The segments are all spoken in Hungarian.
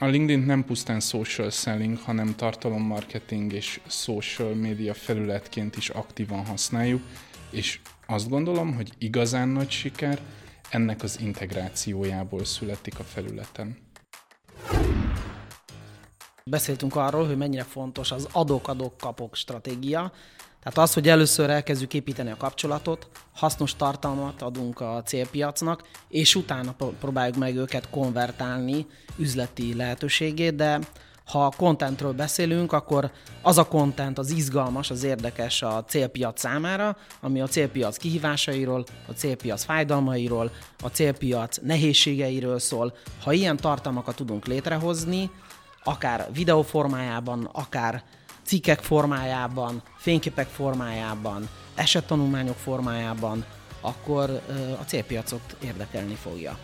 A LinkedIn nem pusztán social selling, hanem tartalommarketing és social media felületként is aktívan használjuk, és azt gondolom, hogy igazán nagy siker ennek az integrációjából születik a felületen. Beszéltünk arról, hogy mennyire fontos az adok-kapok stratégia. Tehát az, hogy először elkezdjük építeni a kapcsolatot, hasznos tartalmat adunk a célpiacnak, és utána próbáljuk meg őket konvertálni üzleti lehetőségé, de ha a contentről beszélünk, akkor az a content az izgalmas, az érdekes a célpiac számára, ami a célpiac kihívásairól, a célpiac fájdalmairól, a célpiac nehézségeiről szól. Ha ilyen tartalmakat tudunk létrehozni, akár videó formájában, akár cikkek formájában, fényképek formájában, esettanulmányok formájában, akkor a célpiacot érdekelni fogja.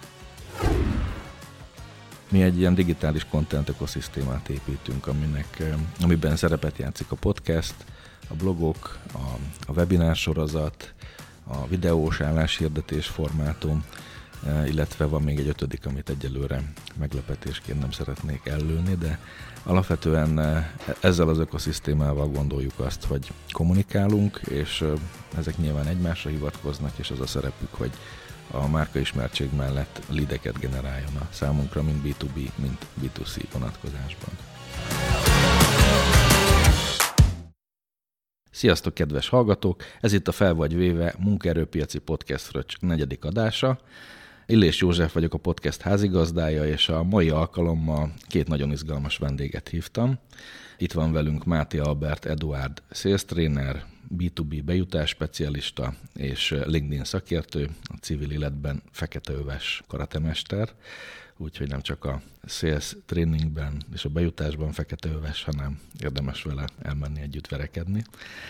Mi egy ilyen digitális content ökoszisztémát építünk, amiben szerepet játszik a podcast, a blogok, a webinár sorozat, a videós álláshirdetés formátum, illetve van még egy 5., amit egyelőre meglepetésként nem szeretnék ellőni, de alapvetően ezzel az ökoszisztémával gondoljuk azt, hogy kommunikálunk, és ezek nyilván egymásra hivatkoznak, és az a szerepük, hogy a márkaismertség mellett leadeket generáljon a számunkra, mind B2B, mind B2C vonatkozásban. Sziasztok, kedves hallgatók! Ez itt a Fel vagy véve munkaerőpiaci podcast fröccs 4. adása. Illés József vagyok, a podcast házigazdája, és a mai alkalommal 2 nagyon izgalmas vendéget hívtam. Itt van velünk Máté Albert Eduárd, sales trainer, B2B bejutás specialista és LinkedIn szakértő, a civil életben feketeöves karatemester, úgyhogy nem csak a sales trainingben és a bejutásban feketeöves, hanem érdemes vele elmenni együtt verekedni.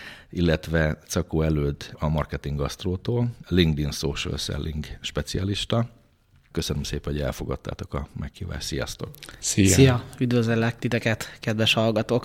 Illetve Cakó Előd a Marketing Gastrótól, LinkedIn social selling specialista. Köszönöm szépen, hogy elfogadtátok a meghívást. Sziasztok! Szia! Üdvözöllek titeket, kedves hallgatók!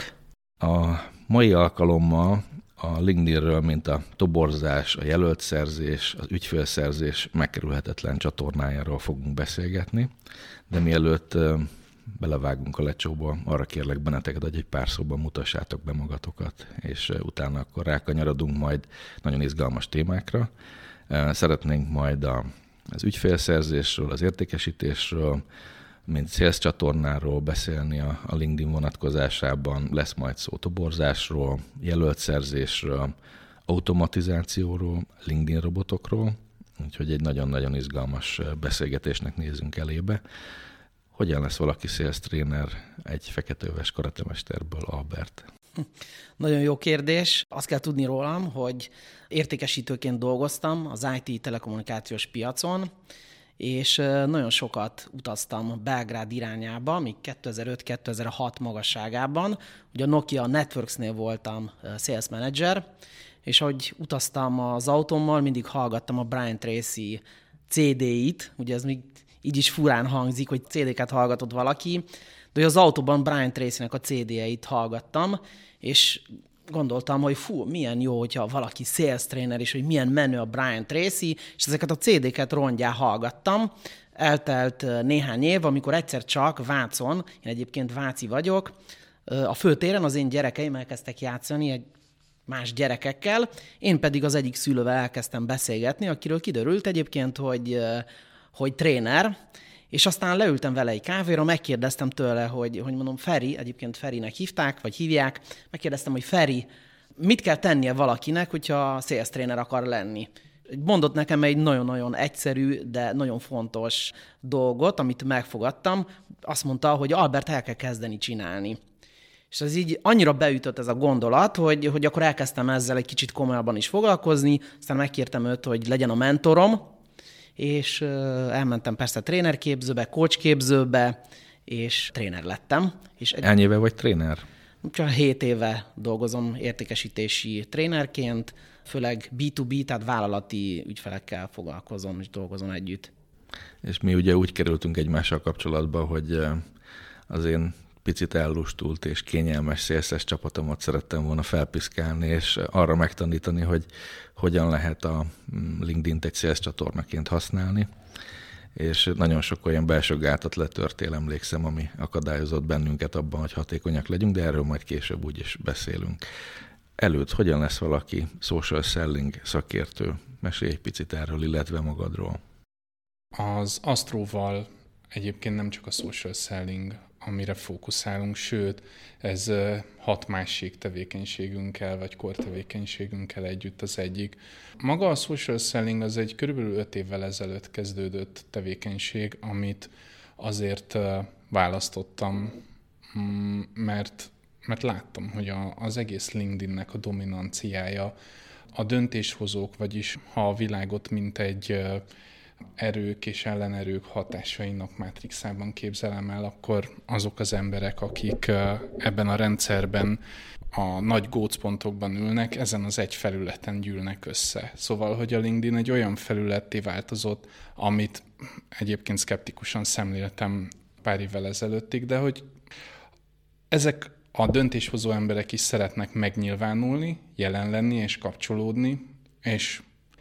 A mai alkalommal a LinkedInről, mint a toborzás, a jelöltszerzés, az ügyfélszerzés megkerülhetetlen csatornájáról fogunk beszélgetni, de mielőtt belevágunk a lecsóba, arra kérlek benneteket, hogy egy pár szóban mutassátok be magatokat, és utána akkor rákanyarodunk majd nagyon izgalmas témákra. Szeretnénk majd az ügyfélszerzésről, az értékesítésről, mint sales csatornáról beszélni a LinkedIn vonatkozásában, lesz majd szó toborzásról, jelöltszerzésről, automatizációról, LinkedIn robotokról, úgyhogy egy nagyon-nagyon izgalmas beszélgetésnek nézünk elébe. Hogyan lesz valaki sales trainer egy feketeöves karatemesterből, Albert? Nagyon jó kérdés. Azt kell tudni rólam, hogy értékesítőként dolgoztam az IT telekommunikációs piacon, és nagyon sokat utaztam Belgrád irányába, még 2005-2006 magasságában. Ugye a Nokia Networksnél voltam sales manager, és ahogy utaztam az autómmal, mindig hallgattam a Brian Tracy CD-it, ugye ez még így is furán hangzik, hogy CD-ket hallgatott valaki, de az autóban Brian Tracy-nek a CD-eit hallgattam, és gondoltam, hogy milyen jó, hogyha valaki sales trainer, és hogy milyen menő a Brian Tracy, és ezeket a CD-ket rongyá hallgattam. Eltelt néhány év, amikor egyszer csak Vácon, én egyébként váci vagyok, a főtéren az én gyerekeim elkezdtek játszani más gyerekekkel, én pedig az egyik szülővel elkezdtem beszélgetni, akiről kiderült egyébként, hogy tréner, és aztán leültem vele egy kávéra, megkérdeztem tőle, hogy mondom, Feri, egyébként Ferinek hívták, vagy hívják, megkérdeztem, hogy Feri, mit kell tennie valakinek, hogyha sales trainer akar lenni? Mondott nekem egy nagyon-nagyon egyszerű, de nagyon fontos dolgot, amit megfogadtam. Azt mondta, hogy Albert, el kell kezdeni csinálni. És ez így annyira beütött ez a gondolat, hogy akkor elkezdtem ezzel egy kicsit komolyabban is foglalkozni, aztán megkértem őt, hogy legyen a mentorom, és elmentem persze trénerképzőbe, coachképzőbe, és tréner lettem. Hány éve vagy tréner? Csak 7 éve dolgozom értékesítési trénerként, főleg B2B, tehát vállalati ügyfelekkel foglalkozom és dolgozom együtt. És mi ugye úgy kerültünk egymással kapcsolatba, hogy az én picit ellustult és kényelmes szélszes csapatomat szerettem volna felpiszkálni, és arra megtanítani, hogy hogyan lehet a LinkedIn-t egy sales csatornaként használni. és nagyon sok olyan belső gátat letörtél, emlékszem, ami akadályozott bennünket abban, hogy hatékonyak legyünk, de erről majd később úgyis beszélünk. Előtt hogyan lesz valaki social selling szakértő? Mesélj egy picit erről, illetve magadról. Az Astróval egyébként nem csak a social selling, amire fókuszálunk, sőt, ez 6 másik tevékenységünkkel, vagy core tevékenységünkkel együtt az egyik. Maga a social selling az egy körülbelül 5 évvel ezelőtt kezdődött tevékenység, amit azért választottam, mert láttam, hogy az egész LinkedInnek a dominanciája a döntéshozók, vagyis ha a világot mint egy erők és ellenerők hatásainak mátrixában képzelem el, akkor azok az emberek, akik ebben a rendszerben a nagy gócpontokban ülnek, ezen az egy felületen gyűlnek össze. Szóval, hogy a LinkedIn egy olyan felületté változott, amit egyébként szkeptikusan szemléltem pár évvel ezelőttig, de hogy ezek a döntéshozó emberek is szeretnek megnyilvánulni, jelen lenni és kapcsolódni, és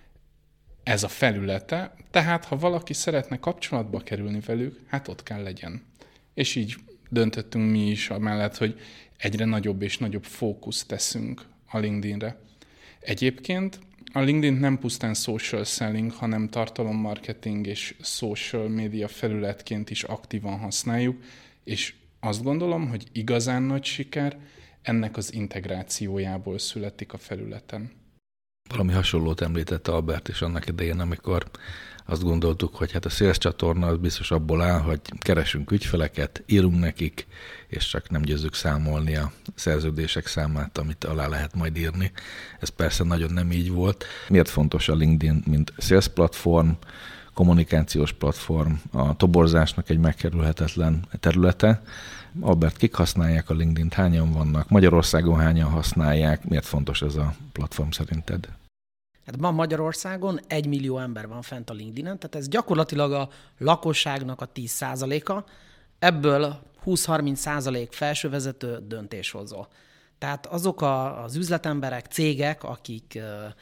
ez a felülete, tehát ha valaki szeretne kapcsolatba kerülni velük, hát ott kell legyen. És így döntöttünk mi is amellett, hogy egyre nagyobb és nagyobb fókuszt teszünk a LinkedInre. Egyébként a LinkedIn nem pusztán social selling, hanem tartalommarketing és social media felületként is aktívan használjuk, és azt gondolom, hogy igazán nagy siker ennek az integrációjából születik a felületen. Valami hasonlót említette Albert is annak idején, amikor azt gondoltuk, hogy hát a sales csatorna az biztos abból áll, hogy keresünk ügyfeleket, írunk nekik, és csak nem győzzük számolni a szerződések számát, amit alá lehet majd írni. Ez persze nagyon nem így volt. Miért fontos a LinkedIn, mint sales platform, kommunikációs platform, a toborzásnak egy megkerülhetetlen területe? Albert, kik használják a LinkedIn-t? Hányan vannak? Magyarországon hányan használják? Miért fontos ez a platform szerinted? Hát ma Magyarországon 1 millió ember van fent a LinkedIn-en, tehát ez gyakorlatilag a lakosságnak a 10%-a, ebből 20-30% felsővezető döntéshozó. Tehát azok az üzletemberek, cégek, akik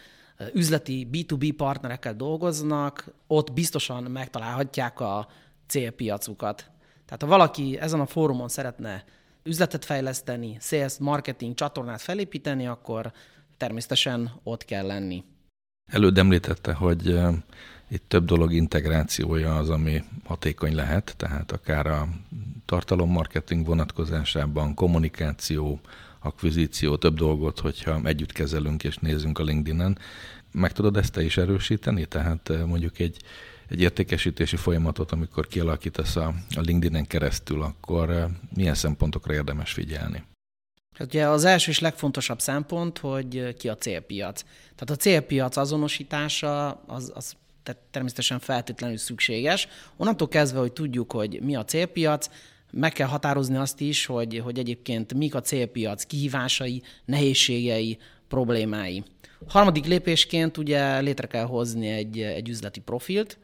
üzleti B2B partnerekkel dolgoznak, ott biztosan megtalálhatják a célpiacukat. Tehát ha valaki ezen a fórumon szeretne üzletet fejleszteni, sales, marketing csatornát felépíteni, akkor természetesen ott kell lenni. Előbb említette, hogy itt több dolog integrációja az, ami hatékony lehet, tehát akár a tartalommarketing vonatkozásában, kommunikáció, akvizíció, több dolgot, hogyha együtt kezelünk és nézzünk a LinkedIn-en. Meg tudod ezt te is erősíteni? Tehát mondjuk egy értékesítési folyamatot, amikor kialakítasz a LinkedIn-en keresztül, akkor milyen szempontokra érdemes figyelni? Ugye az első és legfontosabb szempont, hogy ki a célpiac. Tehát a célpiac azonosítása az természetesen feltétlenül szükséges. Onnantól kezdve, hogy tudjuk, hogy mi a célpiac, meg kell határozni azt is, hogy egyébként mik a célpiac kihívásai, nehézségei, problémái. Harmadik lépésként ugye létre kell hozni egy üzleti profilt,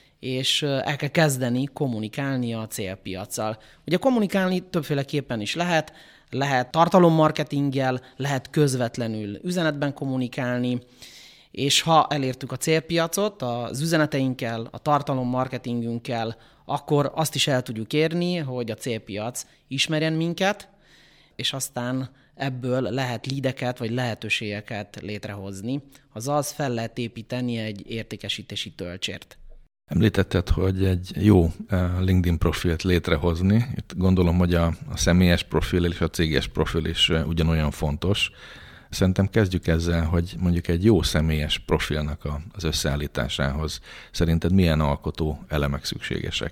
és el kell kezdeni kommunikálni a célpiaccal. Ugye kommunikálni többféleképpen is lehet tartalommarketinggel, lehet közvetlenül üzenetben kommunikálni, és ha elértük a célpiacot az üzeneteinkkel, a tartalommarketingünkkel, akkor azt is el tudjuk érni, hogy a célpiac ismerjen minket, és aztán ebből lehet leadeket vagy lehetőségeket létrehozni, azaz fel lehet építeni egy értékesítési töltsért. Említetted, hogy egy jó LinkedIn profilt létrehozni. Itt gondolom, hogy a személyes profil és a céges profil is ugyanolyan fontos. Szerintem kezdjük ezzel, hogy mondjuk egy jó személyes profilnak az összeállításához szerinted milyen alkotó elemek szükségesek?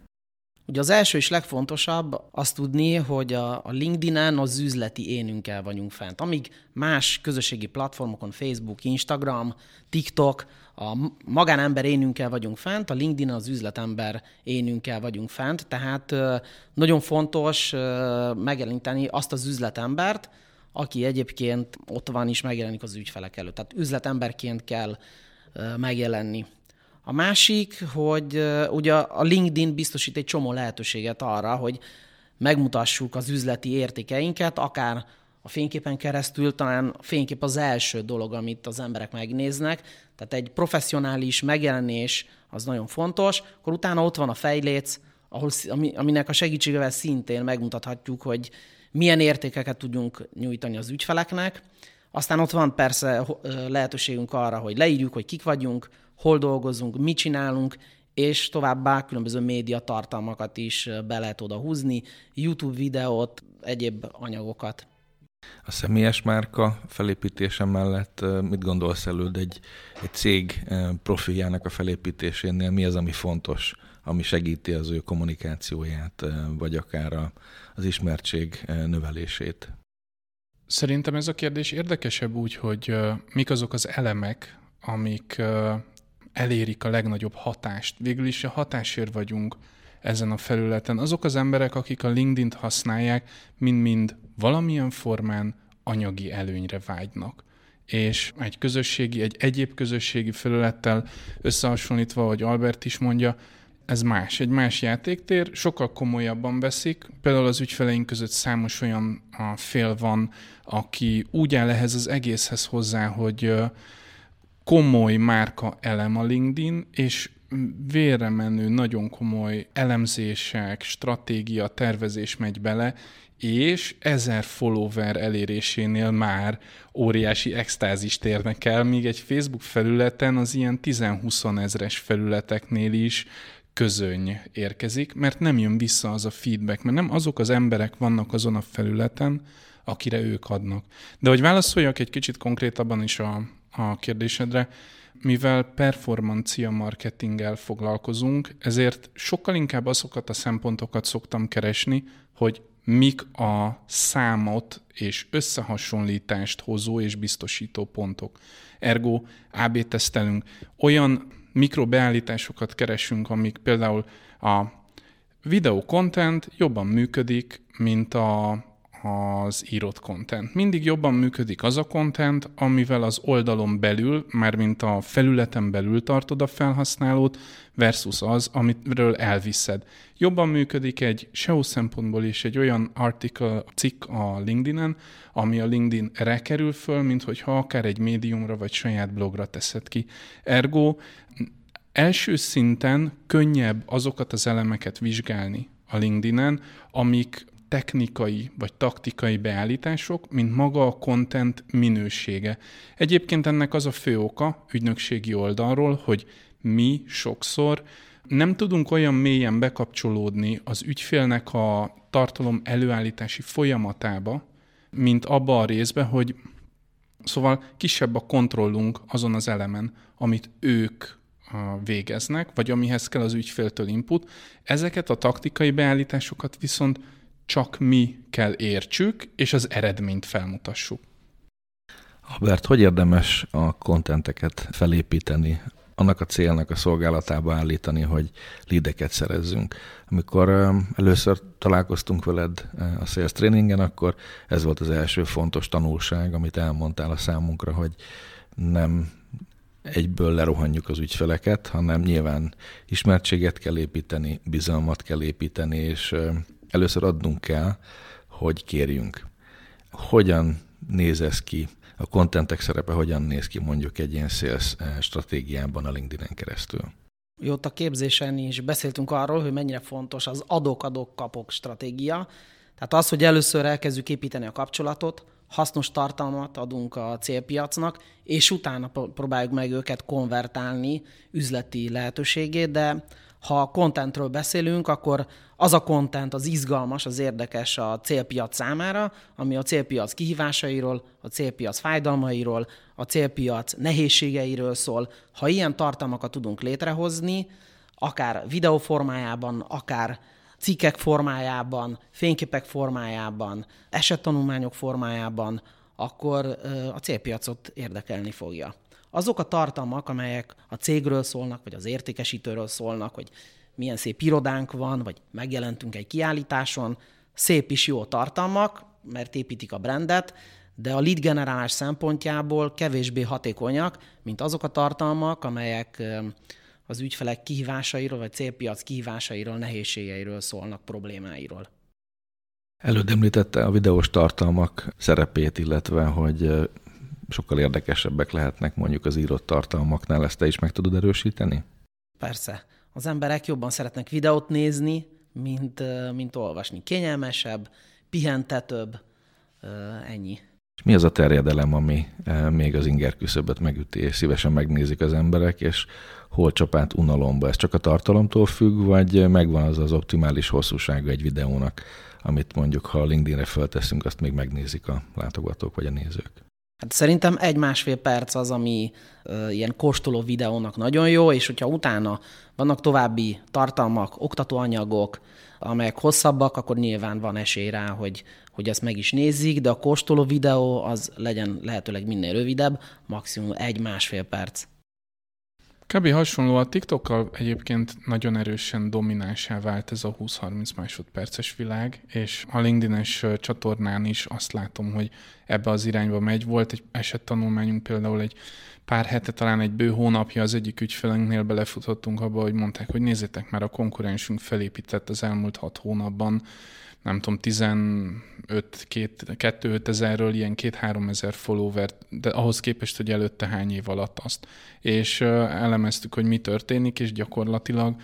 Ugye az első és legfontosabb azt tudni, hogy a LinkedIn-en az üzleti énünkkel vagyunk fent. Amíg más közösségi platformokon, Facebook, Instagram, TikTok, a magánember énünkkel vagyunk fent, a LinkedIn az üzletember énünkkel vagyunk fent, tehát nagyon fontos megjeleníteni azt az üzletembert, aki egyébként ott van és megjelenik az ügyfelek előtt. Tehát üzletemberként kell megjelenni. A másik, hogy ugye a LinkedIn biztosít egy csomó lehetőséget arra, hogy megmutassuk az üzleti értékeinket, akár a fényképen keresztül talán a fénykép az első dolog, amit az emberek megnéznek, tehát egy professzionális megjelenés az nagyon fontos, akkor utána ott van a fejléc, aminek a segítségével szintén megmutathatjuk, hogy milyen értékeket tudjunk nyújtani az ügyfeleknek. Aztán ott van persze lehetőségünk arra, hogy leírjuk, hogy kik vagyunk, hol dolgozunk, mit csinálunk, és továbbá különböző média tartalmakat is be lehet oda húzni, YouTube videót, egyéb anyagokat. A személyes márka felépítése mellett mit gondolsz előd egy cég profiljának a felépítésénél? Mi az, ami fontos, ami segíti az ő kommunikációját, vagy akár az ismertség növelését? Szerintem ez a kérdés érdekesebb úgy, hogy mik azok az elemek, amik elérik a legnagyobb hatást. Végül is a hatásért vagyunk ezen a felületen. Azok az emberek, akik a LinkedIn-t használják, mind-mind valamilyen formán anyagi előnyre vágynak. És egy egyéb közösségi felülettel összehasonlítva, ahogy Albert is mondja, ez más, egy más játéktér, sokkal komolyabban veszik. Például az ügyfeleink között számos olyan fél van, aki úgy áll ehhez az egészhez hozzá, hogy komoly márka elem a LinkedIn, és vérre menő, nagyon komoly elemzések, stratégia, tervezés megy bele, és 1000 follower elérésénél már óriási extázist érnek el, míg egy Facebook felületen az ilyen 10-20 ezres felületeknél is közöny érkezik, mert nem jön vissza az a feedback, mert nem azok az emberek vannak azon a felületen, akire ők adnak. De hogy válaszoljak egy kicsit konkrétabban is a kérdésedre, mivel performancia marketinggel foglalkozunk, ezért sokkal inkább azokat a szempontokat szoktam keresni, hogy mik a számot és összehasonlítást hozó és biztosító pontok. Ergo AB tesztelünk. Olyan mikrobeállításokat keresünk, amik például a videó content jobban működik, mint az írott content. Mindig jobban működik az a content, amivel az oldalon belül, mármint a felületen belül tartod a felhasználót, versus az, amiről elviszed. Jobban működik egy SEO szempontból is egy olyan cikk a LinkedIn-en, ami a LinkedIn-re kerül föl, mint hogyha akár egy médiumra vagy saját blogra teszed ki. Ergo első szinten könnyebb azokat az elemeket vizsgálni a LinkedIn-en, amik technikai vagy taktikai beállítások, mint maga a content minősége. Egyébként ennek az a fő oka ügynökségi oldalról, hogy mi sokszor nem tudunk olyan mélyen bekapcsolódni az ügyfélnek a tartalom előállítási folyamatába, mint abba a részbe, hogy szóval kisebb a kontrollunk azon az elemen, amit ők végeznek, vagy amihez kell az ügyféltől input. Ezeket a taktikai beállításokat viszont csak mi kell értsük, és az eredményt felmutassuk. Albert, hogy érdemes a contenteket felépíteni, annak a célnak a szolgálatába állítani, hogy leadeket szerezzünk? Amikor először találkoztunk veled a Sales Trainingen, akkor ez volt az első fontos tanulság, amit elmondtál a számunkra, hogy nem egyből lerohanjuk az ügyfeleket, hanem nyilván ismertséget kell építeni, bizalmat kell építeni, és először adnunk kell, hogy kérjünk. Hogyan néz ez ki? A contentek szerepe hogyan néz ki mondjuk egy ilyen sales stratégiában a LinkedIn-en keresztül? Ott a képzésen is beszéltünk arról, hogy mennyire fontos az adok-kapok stratégia. Tehát az, hogy először elkezdjük építeni a kapcsolatot, hasznos tartalmat adunk a célpiacnak, és utána próbáljuk meg őket konvertálni üzleti lehetőségé, de ha a contentről beszélünk, akkor az a content az izgalmas, az érdekes a célpiac számára, ami a célpiac kihívásairól, a célpiac fájdalmairól, a célpiac nehézségeiről szól. Ha ilyen tartalmakat tudunk létrehozni, akár videó formájában, akár cikkek formájában, fényképek formájában, esettanulmányok formájában, akkor a célpiacot érdekelni fogja. Azok a tartalmak, amelyek a cégről szólnak, vagy az értékesítőről szólnak, hogy milyen szép irodánk van, vagy megjelentünk egy kiállításon, szép is jó tartalmak, mert építik a brandet, de a lead generálás szempontjából kevésbé hatékonyak, mint azok a tartalmak, amelyek az ügyfelek kihívásairól, vagy célpiac kihívásairól, nehézségeiről szólnak, problémáiról. Előbb említette a videós tartalmak szerepét, illetve hogy sokkal érdekesebbek lehetnek mondjuk az írott tartalmaknál. Ezt te is meg tudod erősíteni? Persze. Az emberek jobban szeretnek videót nézni, mint olvasni. Kényelmesebb, pihentetőbb, ennyi. És mi az a terjedelem, ami még az inger küszöböt megüti, és szívesen megnézik az emberek, és hol csap át unalomba? Ez csak a tartalomtól függ, vagy megvan az optimális hosszúsága egy videónak, amit mondjuk, ha a LinkedInre fölteszünk, azt még megnézik a látogatók vagy a nézők? Hát szerintem 1-1,5 perc az, ami ilyen kóstoló videónak nagyon jó, és hogyha utána vannak további tartalmak, oktatóanyagok, amelyek hosszabbak, akkor nyilván van esély rá, hogy ezt meg is nézzük, de a kóstoló videó az legyen lehetőleg minél rövidebb, maximum 1-1,5 perc. Kb. Hasonló a TikTokkal egyébként nagyon erősen dominánsá vált ez a 20-30 másodperces világ, és a LinkedIn-es csatornán is azt látom, hogy ebbe az irányba megy. Volt egy esettanulmányunk például egy pár hete, talán egy bő hónapja az egyik ügyfelünknél belefutottunk abba, hogy mondták, hogy nézzétek már, a konkurensünk felépített az elmúlt 6 hónapban, nem tudom, 15-2 ezerről ilyen 2-3 ezer followert, de ahhoz képest, hogy előtte hány év alatt azt. És elemeztük, hogy mi történik, és gyakorlatilag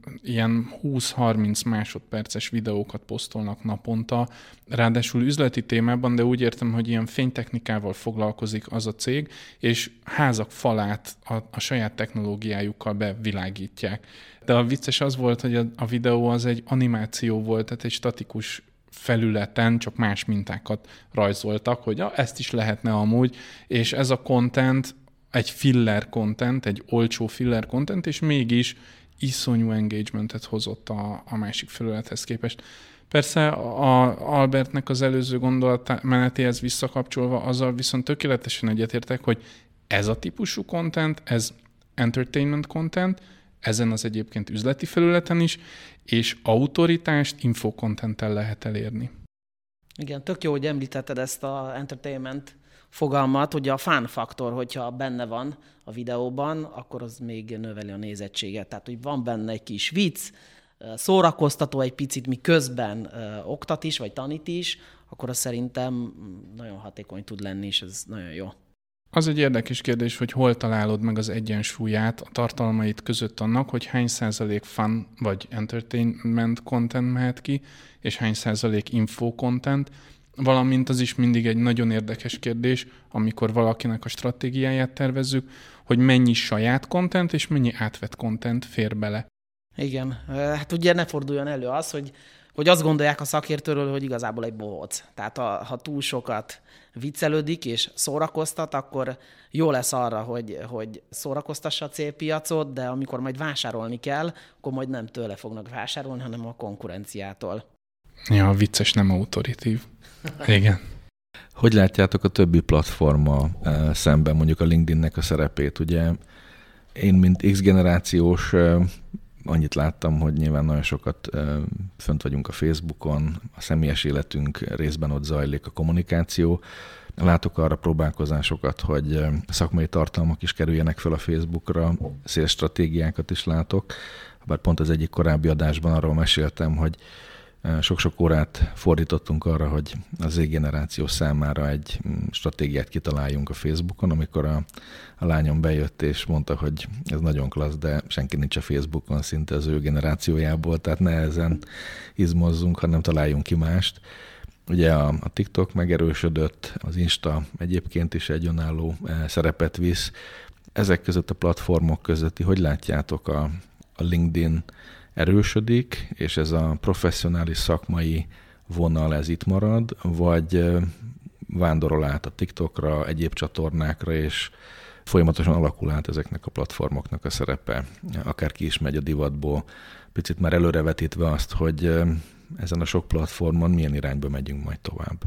ilyen 20-30 másodperces videókat posztolnak naponta, ráadásul üzleti témában, de úgy értem, hogy ilyen fénytechnikával foglalkozik az a cég, és házak falát a saját technológiájukkal bevilágítják. De a vicces az volt, hogy a videó az egy animáció volt, tehát egy statikus felületen csak más mintákat rajzoltak, hogy ezt is lehetne amúgy, és ez a content egy filler content, egy olcsó filler content, és mégis iszonyú engagementet hozott a másik felülethez képest. Persze Albertnek az előző gondolatmenetéhez visszakapcsolva, azzal viszont tökéletesen egyetértek, hogy ez a típusú content, ez entertainment content, ezen az egyébként üzleti felületen is, és autoritást infokontenttel lehet elérni. Igen, tök jó, hogy említetted ezt a entertainment fogalmat, hogy a fun faktor, hogyha benne van a videóban, akkor az még növeli a nézettséget. Tehát, hogy van benne egy kis vicc, szórakoztató egy picit, miközben oktat is, vagy tanít is, akkor az szerintem nagyon hatékony tud lenni, és ez nagyon jó. Az egy érdekes kérdés, hogy hol találod meg az egyensúlyát a tartalmait között annak, hogy hány százalék fun vagy entertainment content mehet ki, és hány százalék info content, valamint az is mindig egy nagyon érdekes kérdés, amikor valakinek a stratégiáját tervezzük, hogy mennyi saját content és mennyi átvett content fér bele. Igen, hát ugye ne forduljon elő az, hogy azt gondolják a szakértőről, hogy igazából egy bohóc. Tehát ha túl sokat viccelődik és szórakoztat, akkor jó lesz arra, hogy szórakoztassa a célpiacot, de amikor majd vásárolni kell, akkor majd nem tőle fognak vásárolni, hanem a konkurenciától. Ja, a vicces nem autoritív. Igen. Hogy látjátok a többi platformmal szemben mondjuk a LinkedInnek a szerepét? Ugye én, mint X-generációs, annyit láttam, hogy nyilván nagyon sokat fönt vagyunk a Facebookon, a személyes életünk részben ott zajlik a kommunikáció. Látok arra próbálkozásokat, hogy szakmai tartalmak is kerüljenek fel a Facebookra, szélstratégiákat is látok. Bár pont az egyik korábbi adásban arról meséltem, hogy sok-sok órát fordítottunk arra, hogy az Z-generáció számára egy stratégiát kitaláljunk a Facebookon, amikor a lányom bejött és mondta, hogy ez nagyon klassz, de senki nincs a Facebookon szinte az ő generációjából, tehát ne ezen izmozzunk, hanem találjunk ki mást. Ugye a TikTok megerősödött, az Insta egyébként is egy önálló szerepet visz. Ezek között a platformok közötti, hogy látjátok a LinkedIn erősödik, és ez a professzionális szakmai vonal ez itt marad, vagy vándorol át a TikTokra, egyéb csatornákra, és folyamatosan alakul át ezeknek a platformoknak a szerepe. Akár ki is megy a divatból, picit már előrevetítve azt, hogy ezen a sok platformon milyen irányba megyünk majd tovább.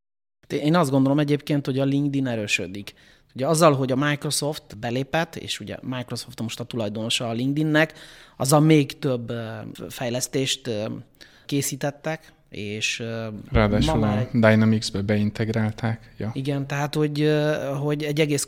Én azt gondolom egyébként, hogy a LinkedIn erősödik. Ugye azzal, hogy a Microsoft belépett, és ugye Microsoft most a tulajdonosa a LinkedInnek, azzal még több fejlesztést készítettek, És ráadásul a Dynamics-be beintegrálták. Ja. Igen, tehát hogy egy egész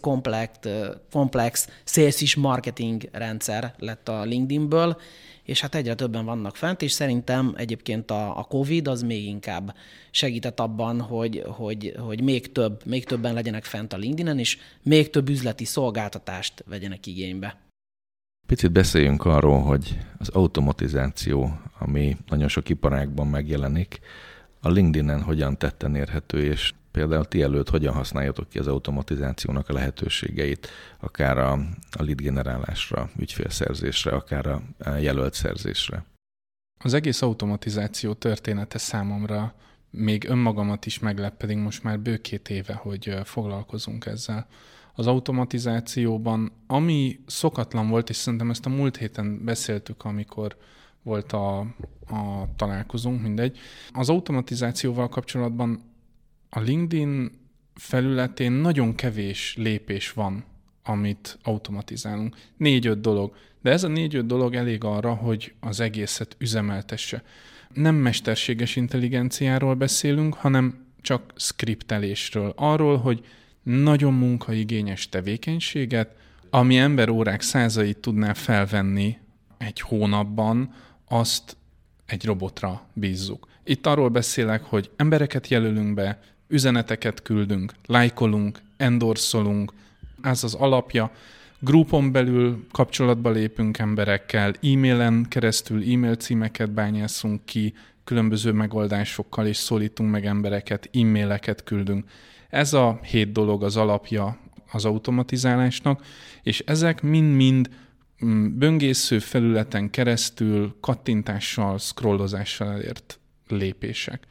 komplex sales és marketing rendszer lett a LinkedInből, és hát egyre többen vannak fent, és szerintem egyébként a Covid az még inkább segített abban, hogy még többen legyenek fent a LinkedInen, és még több üzleti szolgáltatást vegyenek igénybe. Picit beszéljünk arról, hogy az automatizáció, ami nagyon sok iparágban megjelenik, a LinkedInen hogyan tetten érhető, és például ti előtt hogyan használjátok ki az automatizációnak a lehetőségeit, akár a lead generálásra, ügyfélszerzésre, akár a jelölt szerzésre. Az egész automatizáció története számomra még önmagamat is meglep, pedig most már bő 2 éve, hogy foglalkozunk ezzel. Az automatizációban, ami szokatlan volt, és szerintem ezt a múlt héten beszéltük, amikor volt a találkozónk, mindegy. Az automatizációval kapcsolatban a LinkedIn felületén nagyon kevés lépés van, amit automatizálunk. 4-5 dolog. De ez a 4-5 dolog elég arra, hogy az egészet üzemeltesse. Nem mesterséges intelligenciáról beszélünk, hanem csak skriptelésről. Arról, hogy nagyon munkaigényes tevékenységet, ami emberórák százait tudná felvenni egy hónapban, azt egy robotra bízzuk. Itt arról beszélek, hogy embereket jelölünk be, üzeneteket küldünk, lájkolunk, endorszolunk, ez az alapja. Groupon belül kapcsolatba lépünk emberekkel, e-mailen keresztül e-mail címeket bányászunk ki, különböző megoldásokkal és szólítunk meg embereket, e-maileket küldünk. Ez a 7 dolog az alapja az automatizálásnak, és ezek mind-mind böngésző felületen keresztül kattintással, scrollozással elért lépések.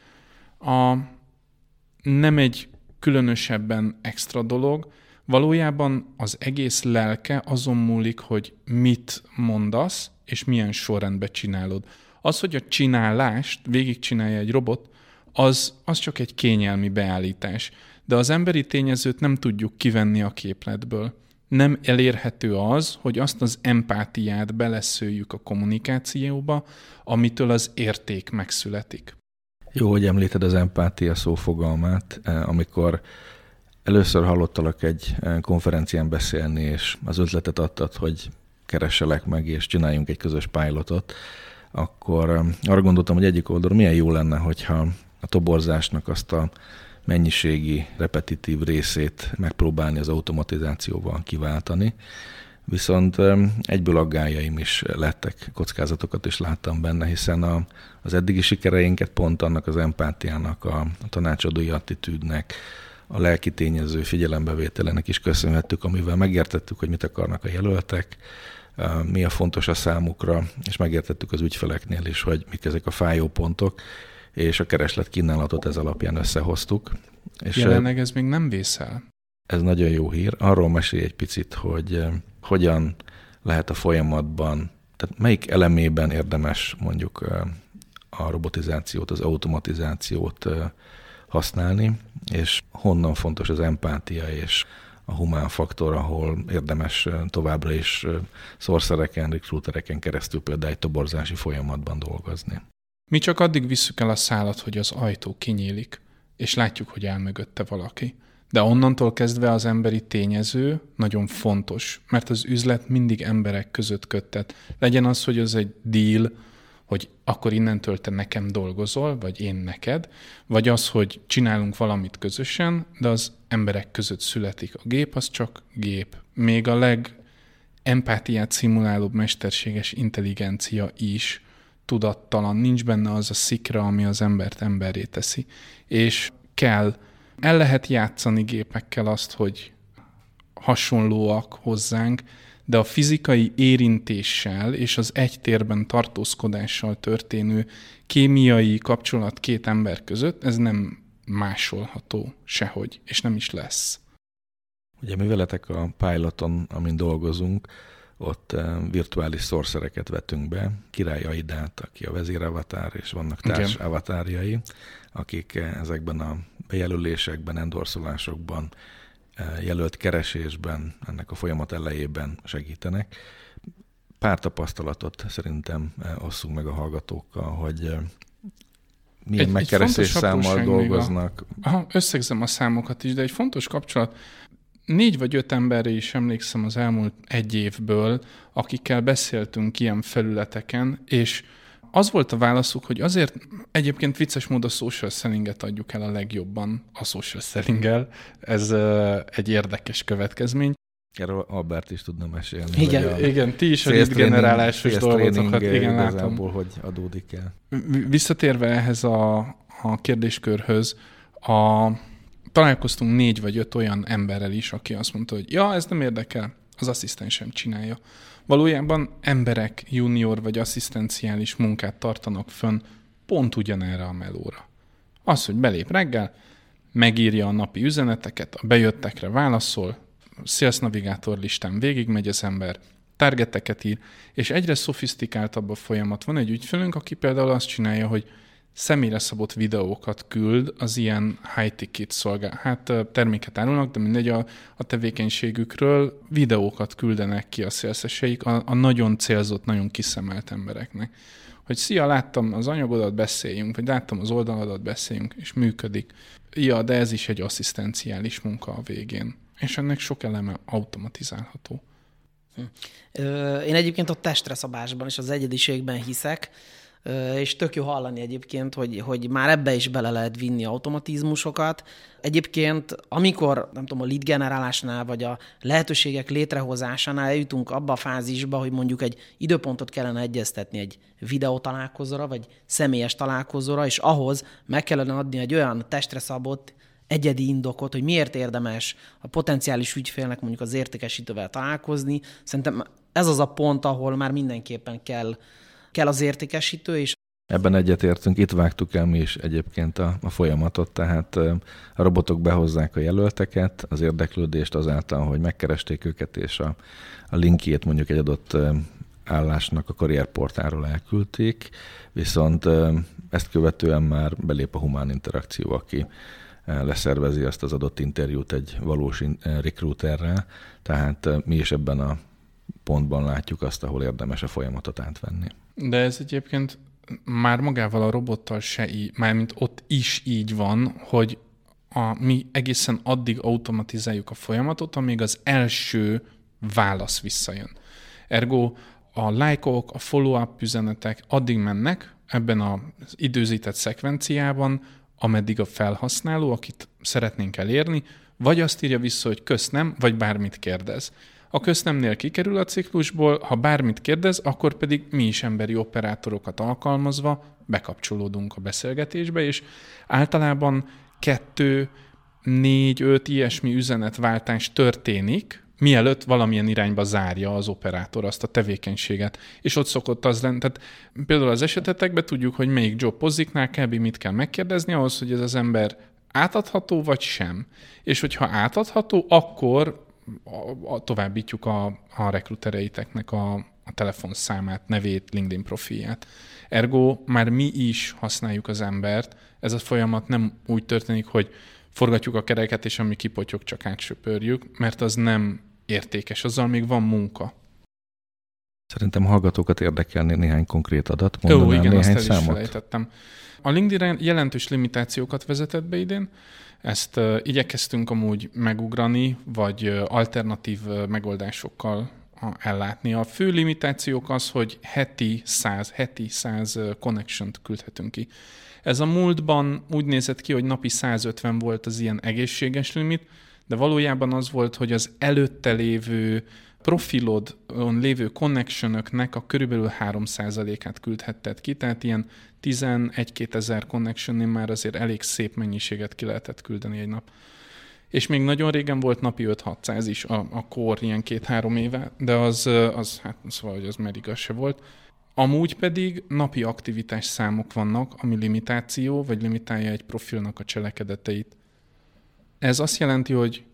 Nem egy különösebben extra dolog, valójában az egész lelke azon múlik, hogy mit mondasz, és milyen sorrendben csinálod. Az, hogy a csinálást végigcsinálja egy robot, az csak egy kényelmi beállítás. De az emberi tényezőt nem tudjuk kivenni a képletből. Nem elérhető az, hogy azt az empátiát beleszőjük a kommunikációba, amitől az érték megszületik. Jó, hogy említed az empátia szófogalmát, amikor először hallottalak egy konferencián beszélni, és az ötletet adtad, hogy keresselek meg, és csináljunk egy közös pilotot, akkor arra gondoltam, hogy egyik oldalról milyen jó lenne, hogyha a toborzásnak azt a mennyiségi, repetitív részét megpróbálni az automatizációval kiváltani. Viszont egyből aggájaim is lettek, kockázatokat is láttam benne, hiszen az eddigi sikereinket pont annak az empátiának, a tanácsadói attitűdnek, a lelki tényező figyelembevételének is köszönhettük, amivel megértettük, hogy mit akarnak a jelöltek, mi a fontos a számukra, és megértettük az ügyfeleknél is, hogy mik ezek a fájó pontok, és a kereslet kínálatot ez alapján összehoztuk. És jelenleg ez még nem vészel. Ez nagyon jó hír. Arról mesélj egy picit, hogy hogyan lehet a folyamatban, tehát melyik elemében érdemes mondjuk a robotizációt, az automatizációt használni, és honnan fontos az empátia és a humán faktor, ahol érdemes továbbra is szorszereken, recruitereken keresztül például egy toborzási folyamatban dolgozni. Mi csak addig visszük el a szálat, hogy az ajtó kinyílik, és látjuk, hogy áll mögötte valaki. De onnantól kezdve az emberi tényező nagyon fontos, mert az üzlet mindig emberek között köttet. Legyen az, hogy az egy deal, hogy akkor innentől te nekem dolgozol, vagy én neked, vagy az, hogy csinálunk valamit közösen, de az emberek között születik. A gép az csak gép. Még a legempátiát szimulálóbb mesterséges intelligencia is tudattalan. Nincs benne az a szikra, ami az embert emberré teszi. És el lehet játszani gépekkel azt, hogy hasonlóak hozzánk, de a fizikai érintéssel és az egy térben tartózkodással történő kémiai kapcsolat 2 ember között, ez nem másolható sehogy, és nem is lesz. Ugye mi veletek a piloton, amin dolgozunk, ott virtuális szorszereket vetünk be, Király Aidát, aki a vezéravatár, és vannak társ avatárjai, akik ezekben a bejelölésekben, endorszolásokban, jelölt keresésben, ennek a folyamat elejében segítenek. Pár tapasztalatot szerintem osszunk meg a hallgatókkal, hogy milyen megkeresés számmal dolgoznak. Összegzem a számokat is, de egy fontos kapcsolat. 4 vagy 5 emberre is emlékszem az elmúlt 1 évből, akikkel beszéltünk ilyen felületeken, és az volt a válaszuk, hogy azért egyébként vicces módon a social sellinget adjuk el a legjobban a social sellinggel. Ez egy érdekes következmény. Erről Albert is tudna mesélni. Igen, ti is a lead generálásos dolgokat. Igen, látom. Hogy adódik el. Visszatérve ehhez a kérdéskörhöz, találkoztunk 4 vagy 5 olyan emberrel is, aki azt mondta, hogy ja, ez nem érdekel, az asszisztensem csinálja. Valójában emberek junior vagy asszisztenciális munkát tartanak fönn pont ugyanerre a melóra. Az, hogy belép reggel, megírja a napi üzeneteket, a bejöttekre válaszol, Sales Navigator listán végigmegy az ember, targeteket ír, és egyre szofisztikáltabb a folyamat. Van egy ügyfelünk, aki például azt csinálja, hogy személyre szabott videókat küld az ilyen high-ticket terméket árulnak, de mindegy a tevékenységükről videókat küldenek ki a szélszeseik a nagyon célzott, nagyon kiszemelt embereknek. Hogy szia, láttam az anyagodat, beszéljünk, vagy láttam az oldaladat, beszéljünk, és működik. Ja, de ez is egy asszisztenciális munka a végén. És ennek sok eleme automatizálható. Én egyébként a testre szabásban és az egyediségben hiszek, és tök jó hallani egyébként, hogy már ebbe is bele lehet vinni automatizmusokat. Egyébként, amikor, nem tudom, a lead generálásnál, vagy a lehetőségek létrehozásánál eljutunk abba a fázisba, hogy mondjuk egy időpontot kellene egyeztetni egy videótalálkozóra, vagy személyes találkozóra, és ahhoz meg kellene adni egy olyan testre szabott, egyedi indokot, hogy miért érdemes a potenciális ügyfélnek mondjuk az értékesítővel találkozni. Szerintem ez az a pont, ahol már mindenképpen kell az értékesítő, és ebben egyetértünk, itt vágtuk el mi is egyébként a folyamatot, tehát a robotok behozzák a jelölteket, az érdeklődést azáltal, hogy megkeresték őket, és a linkjét mondjuk egy adott állásnak a karrierportálról elküldték, viszont ezt követően már belép a humán interakció, aki leszervezi azt az adott interjút egy valós recruiterrel, tehát mi is ebben a pontban látjuk azt, ahol érdemes a folyamatot átvenni. De ez egyébként már magával a robottal se így, mármint ott is így van, hogy mi egészen addig automatizáljuk a folyamatot, amíg az első válasz visszajön. Ergo a lájkok, a follow-up üzenetek addig mennek ebben az időzített szekvenciában, ameddig a felhasználó, akit szeretnénk elérni, vagy azt írja vissza, hogy köszönöm, vagy bármit kérdez. A köszönemnél kikerül a ciklusból, ha bármit kérdez, akkor pedig mi is emberi operátorokat alkalmazva bekapcsolódunk a beszélgetésbe, és általában 2, 4, 5 ilyesmi üzenetváltás történik, mielőtt valamilyen irányba zárja az operátor azt a tevékenységet. És ott szokott az lenni, tehát például az esetetekben tudjuk, hogy melyik job poziknál kb. Mit kell megkérdezni ahhoz, hogy ez az ember átadható vagy sem. És hogyha átadható, akkor továbbítjuk a rekrutereiteknek a telefonszámát, nevét, LinkedIn profilját. Ergo már mi is használjuk az embert. Ez a folyamat nem úgy történik, hogy forgatjuk a kereket, és ami kipotyog, csak átsöpörjük, mert az nem értékes, azzal még van munka. Szerintem hallgatókat érdekelni néhány konkrét adat, mondanám igen, néhány azt el is számot. felejtettem. A LinkedIn jelentős limitációkat vezetett be idén, ezt igyekeztünk amúgy megugrani, vagy alternatív megoldásokkal ellátni. A fő limitációk az, hogy heti 100 connection-t küldhetünk ki. Ez a múltban úgy nézett ki, hogy napi 150 volt az ilyen egészséges limit, de valójában az volt, hogy az előtte lévő profilodon lévő connectionöknek a körülbelül 3%-át küldhetted ki, tehát ilyen 11-2 ezer connectionnél már azért elég szép mennyiséget ki lehetett küldeni egy nap. És még nagyon régen volt napi 5-600 is a core ilyen 2-3 éve, de az már igaz se volt. Amúgy pedig napi aktivitás számok vannak, ami limitáció, vagy limitálja egy profilnak a cselekedeteit. Ez azt jelenti, hogy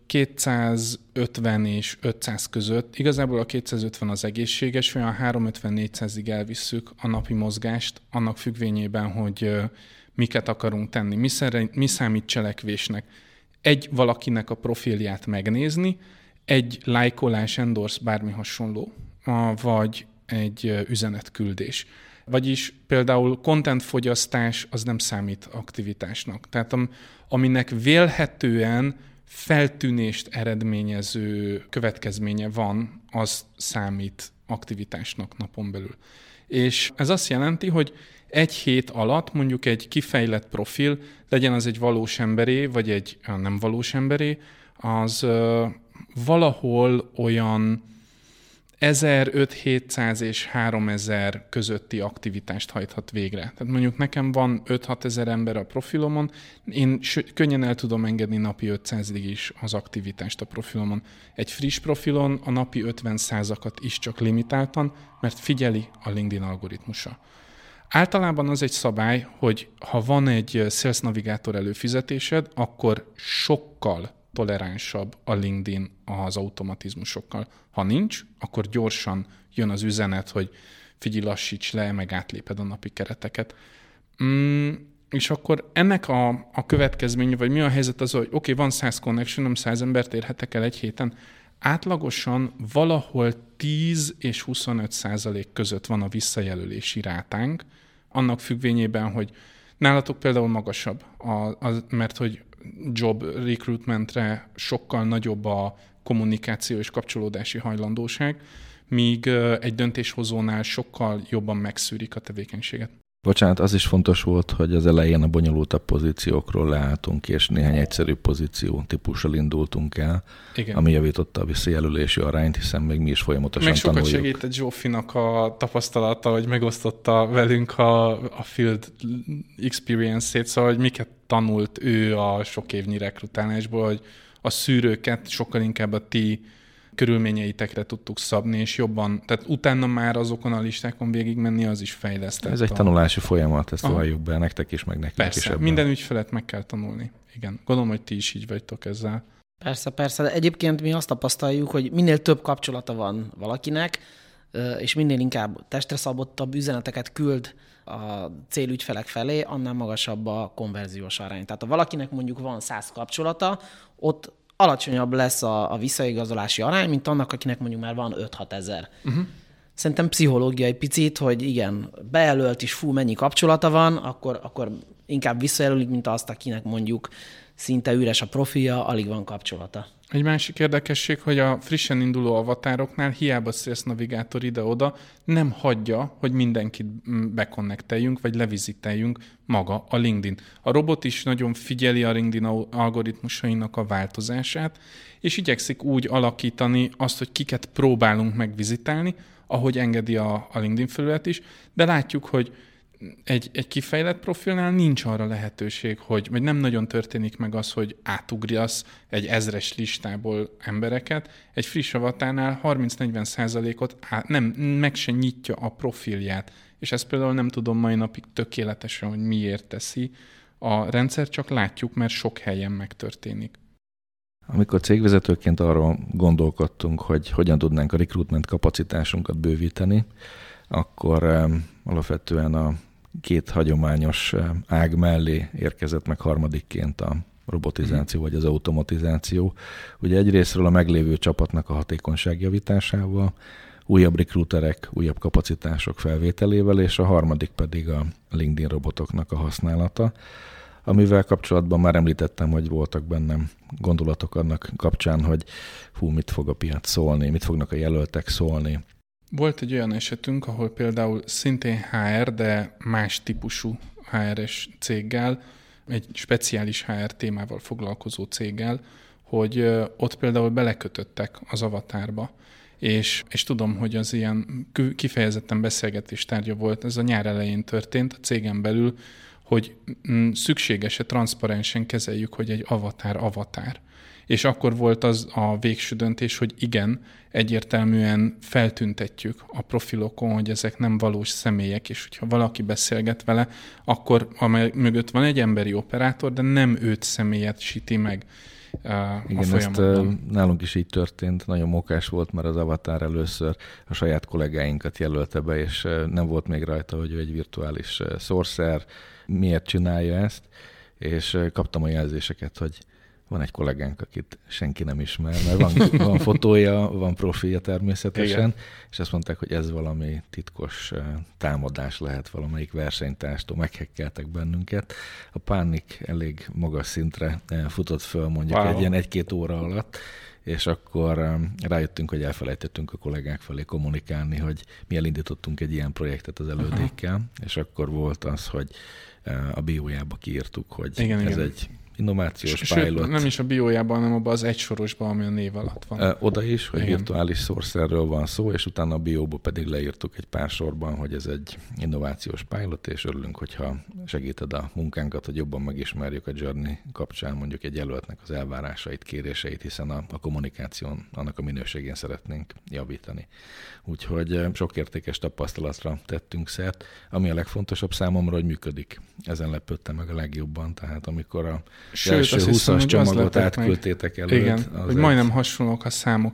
250 és 500 között, igazából a 250 az egészséges, olyan 350-400-ig elvisszük a napi mozgást, annak függvényében, hogy miket akarunk tenni, mi számít cselekvésnek. Egy valakinek a profilját megnézni, egy lájkolás, endorse, bármi hasonló, vagy egy üzenetküldés. Vagyis például contentfogyasztás az nem számít aktivitásnak. Tehát aminek vélhetően feltűnést eredményező következménye van, az számít aktivitásnak napon belül. És ez azt jelenti, hogy egy hét alatt mondjuk egy kifejlett profil, legyen az egy valós emberé, vagy egy nem valós emberé, az valahol olyan 1500 és 3000 közötti aktivitást hajthat végre. Tehát mondjuk nekem van 5-6 ezer ember a profilomon, én könnyen el tudom engedni napi 500-ig is az aktivitást a profilomon. Egy friss profilon a napi 50%-at is csak limitáltan, mert figyeli a LinkedIn algoritmusa. Általában az egy szabály, hogy ha van egy Sales Navigator előfizetésed, akkor sokkal toleránsabb a LinkedIn az automatizmusokkal. Ha nincs, akkor gyorsan jön az üzenet, hogy figyelj, lassíts le, meg átléped a napi kereteket. És akkor ennek a következménye, vagy mi a helyzet az, hogy oké, van 100 connection, nem 100 embert érhetek el egy héten, átlagosan valahol 10 és 25% között van a visszajelölési rátánk, annak függvényében, hogy nálatok például magasabb, mert hogy job recruitmentre sokkal nagyobb a kommunikáció és kapcsolódási hajlandóság, míg egy döntéshozónál sokkal jobban megszűrik a tevékenységet. Bocsánat, az is fontos volt, hogy az elején a bonyolultabb pozíciókról leálltunk, és néhány egyszerű pozíció típussal indultunk el, igen, ami javította a visszajelölési arányt, hiszen még mi is folyamatosan tanuljuk. Meg sokat segített Zsófinak a tapasztalata, hogy megosztotta velünk a field experience-ét, szóval, hogy miket tanult ő a sok évnyi rekrutálásból, hogy a szűrőket sokkal inkább a ti körülményeitekre tudtuk szabni, és jobban, tehát utána már azokon a listákon végigmenni, az is fejlesztett. Ez egy tanulási folyamat, ezt valljuk be nektek is, meg nekünk persze, is ebben. Minden ügyfelet meg kell tanulni. Igen, gondolom, hogy ti is így vagytok ezzel. Persze, de egyébként mi azt tapasztaljuk, hogy minél több kapcsolata van valakinek, és minél inkább testre szabottabb üzeneteket küld a célügyfelek felé, annál magasabb a konverziós arány. Tehát ha valakinek mondjuk van 100 kapcsolata, ott alacsonyabb lesz a visszaigazolási arány, mint annak, akinek mondjuk már van 5-6 ezer. Szerintem pszichológiai picit, hogy igen, bejelölt is, mennyi kapcsolata van, akkor inkább visszajelölik, mint azt, akinek mondjuk szinte üres a profilja, alig van kapcsolata. Egy másik érdekesség, hogy a frissen induló avatároknál hiába Sales Navigator ide-oda nem hagyja, hogy mindenkit bekonnekteljünk, vagy leviziteljünk maga a LinkedIn. A robot is nagyon figyeli a LinkedIn algoritmusainak a változását, és igyekszik úgy alakítani azt, hogy kiket próbálunk megvizitálni, ahogy engedi a LinkedIn felület is, de látjuk, hogy egy kifejlett profilnál nincs arra lehetőség, vagy nem nagyon történik meg az, hogy átugrjasz egy 1000-es listából embereket. Egy friss avatárnál 30-40%-ot nem, meg se nyitja a profilját. És ezt például nem tudom mai napig tökéletesen, hogy miért teszi. A rendszer csak látjuk, mert sok helyen megtörténik. Amikor cégvezetőként arról gondolkodtunk, hogy hogyan tudnánk a recruitment kapacitásunkat bővíteni, akkor alapvetően a két hagyományos ág mellé érkezett meg harmadikként a robotizáció vagy az automatizáció. Ugye egyrésztről a meglévő csapatnak a hatékonyság javításával, újabb recruiterek, újabb kapacitások felvételével, és a harmadik pedig a LinkedIn robotoknak a használata, amivel kapcsolatban már említettem, hogy voltak bennem gondolatok annak kapcsán, hogy mit fog a piac szólni, mit fognak a jelöltek szólni. Volt egy olyan esetünk, ahol például szintén HR, de más típusú HR-es céggel, egy speciális HR témával foglalkozó céggel, hogy ott például belekötöttek az avatárba, és tudom, hogy az ilyen kifejezetten beszélgetés tárgya volt, ez a nyár elején történt a cégen belül, hogy szükséges-e transzparensen kezeljük, hogy egy avatár. És akkor volt az a végső döntés, hogy igen, egyértelműen feltüntetjük a profilokon, hogy ezek nem valós személyek, és hogyha valaki beszélget vele, akkor mögött van egy emberi operátor, de nem őt személyesíti meg a folyamatban. Ezt nálunk is így történt, nagyon mókás volt, mert az avatár először a saját kollégáinkat jelölte be, és nem volt még rajta, hogy ő egy virtuális sorcerer, miért csinálja ezt, és kaptam a jelzéseket, hogy Van egy kollégánk, akit senki nem ismer, mert van fotója, van profilja természetesen, igen. És azt mondták, hogy ez valami titkos támadás lehet, valamelyik versenytárstól meghekkeltek bennünket. A pánik elég magas szintre futott föl mondjuk egy ilyen 1-2 óra alatt, és akkor rájöttünk, hogy elfelejtettünk a kollégák felé kommunikálni, hogy mi elindítottunk egy ilyen projektet az elődékkel, és akkor volt az, hogy a biójába kiírtuk, hogy ez egy innovációs pilot. Nem is a biójában, hanem abban az egysorosban, ami a név alatt van. Oda is, hogy virtuális sourcerről van szó, és utána a bióba pedig leírtuk egy pár sorban, hogy ez egy innovációs pilot, és örülünk, hogyha segíted a munkánkat, hogy jobban megismerjük a Journey kapcsán mondjuk egy jelöltnek az elvárásait, kéréseit, hiszen a kommunikáción, annak a minőségén szeretnénk javítani. Úgyhogy sok értékes tapasztalatra tettünk szert, ami a legfontosabb számomra, hogy működik. Ezen lepődtem meg a legjobban, tehát amikor a első 20-as csomagot átküldtétek előtt. Igen, hogy majdnem hasonlók a számok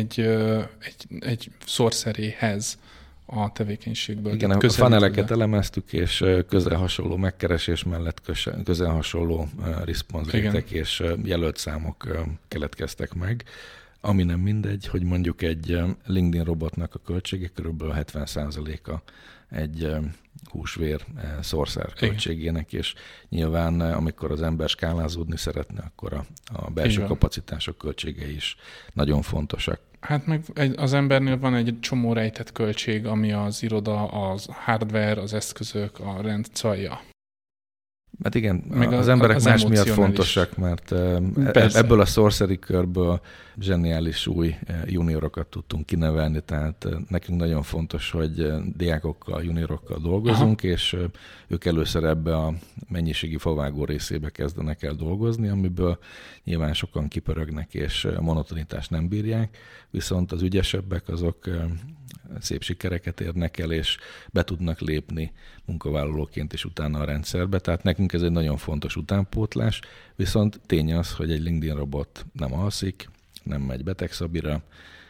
egy sorceréhez a tevékenységből. Igen, a funneleket elemeztük, és közel hasonló megkeresés mellett közel hasonló response rate-ek és jelölt számok keletkeztek meg. Ami nem mindegy, hogy mondjuk egy LinkedIn robotnak a költsége körülbelül 70%-a egy húsvér sourcer költségének, és nyilván amikor az ember skálázódni szeretne, akkor a belső kapacitások költségei is nagyon fontosak. Hát meg az embernél van egy csomó rejtett költség, ami az iroda, az hardware, az eszközök, a rendszalja. Mert igen, meg az emberek más miatt fontosak, mert ebből a sorcery körből zseniális új juniorokat tudtunk kinevelni, tehát nekünk nagyon fontos, hogy diákokkal, juniorokkal dolgozunk, és ők először ebbe a mennyiségi favágó részébe kezdenek el dolgozni, amiből nyilván sokan kipörögnek, és a monotonitást nem bírják, viszont az ügyesebbek azok szép sikereket érnek el, és be tudnak lépni munkavállalóként is utána a rendszerbe. Tehát nekünk ez egy nagyon fontos utánpótlás, viszont tény az, hogy egy LinkedIn robot nem alszik, nem megy betegszabira,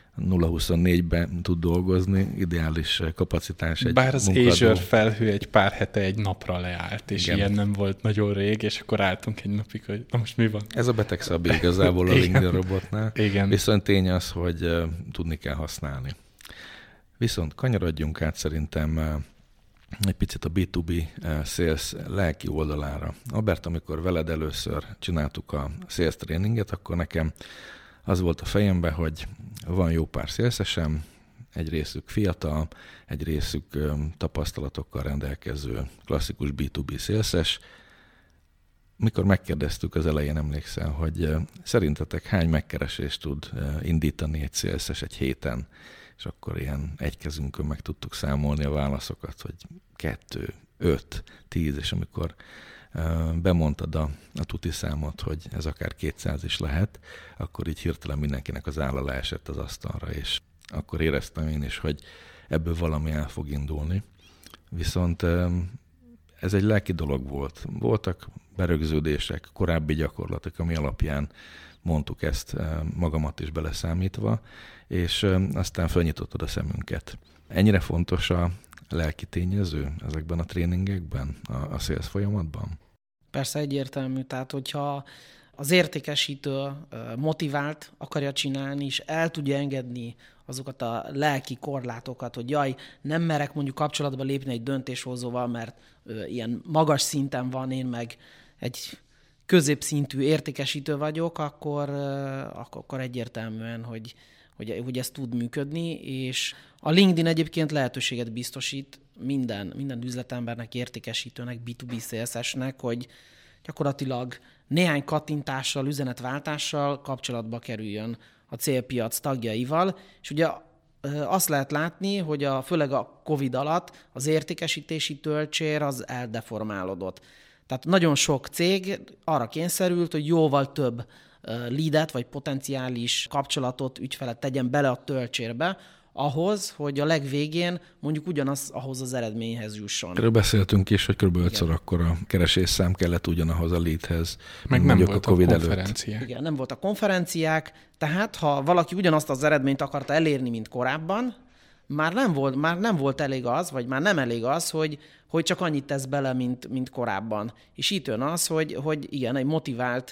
0-24-ben tud dolgozni, ideális kapacitás egy Bár az Azure felhő egy pár hete egy napra leállt, és ilyen nem volt nagyon rég, és akkor álltunk egy napig, hogy na most mi van? Ez a betegszabér igazából a LinkedIn robotnál. Igen. Viszont tény az, hogy tudni kell használni. Viszont kanyarodjunk át szerintem egy picit a B2B sales lelki oldalára. Albert, amikor veled először csináltuk a sales tréninget, akkor nekem az volt a fejemben, hogy van jó pár salesesem, egy részük fiatal, egy részük tapasztalatokkal rendelkező klasszikus B2B saleses. Mikor megkérdeztük az elején, emlékszel, hogy szerintetek hány megkeresést tud indítani egy saleses egy héten, és akkor ilyen egy kezünkön meg tudtuk számolni a válaszokat, hogy 2, 5, 10, és amikor bemondtad a tuti számot, hogy ez akár 200 is lehet, akkor így hirtelen mindenkinek az álla leesett az asztalra, és akkor éreztem én is, hogy ebből valami el fog indulni. Viszont ez egy lelki dolog volt. Voltak berögződések, korábbi gyakorlatok, ami alapján mondtuk ezt magamat is beleszámítva, és aztán felnyitottad a szemünket. Ennyire fontos a lelki tényező ezekben a tréningekben, a sales folyamatban? Persze egyértelmű, tehát hogyha az értékesítő motivált akarja csinálni, és el tudja engedni azokat a lelki korlátokat, hogy jaj, nem merek mondjuk kapcsolatba lépni egy döntéshozóval, mert ilyen magas szinten van, én meg egy középszintű értékesítő vagyok, akkor egyértelműen, hogy ez tud működni, és a LinkedIn egyébként lehetőséget biztosít minden üzletembernek, értékesítőnek, B2B salesesnek, hogy gyakorlatilag néhány kattintással, üzenetváltással kapcsolatba kerüljön a célpiac tagjaival, és ugye azt lehet látni, hogy főleg a Covid alatt az értékesítési töltsér az eldeformálódott. Tehát nagyon sok cég arra kényszerült, hogy jóval több leadet vagy potenciális kapcsolatot, ügyfelet tegyen bele a töltsérbe, ahhoz, hogy a legvégén mondjuk ugyanaz ahhoz az eredményhez jusson. Erről beszéltünk is, hogy kb. 5-ször akkor a keresésszám kellett ugyanahoz a leadhez. Meg nem volt a COVID konferenciák. Igen, nem voltak konferenciák, tehát ha valaki ugyanazt az eredményt akarta elérni, mint korábban, már nem volt elég az, vagy már nem elég az, hogy csak annyit tesz bele, mint korábban. És itt jön az, hogy igen, egy motivált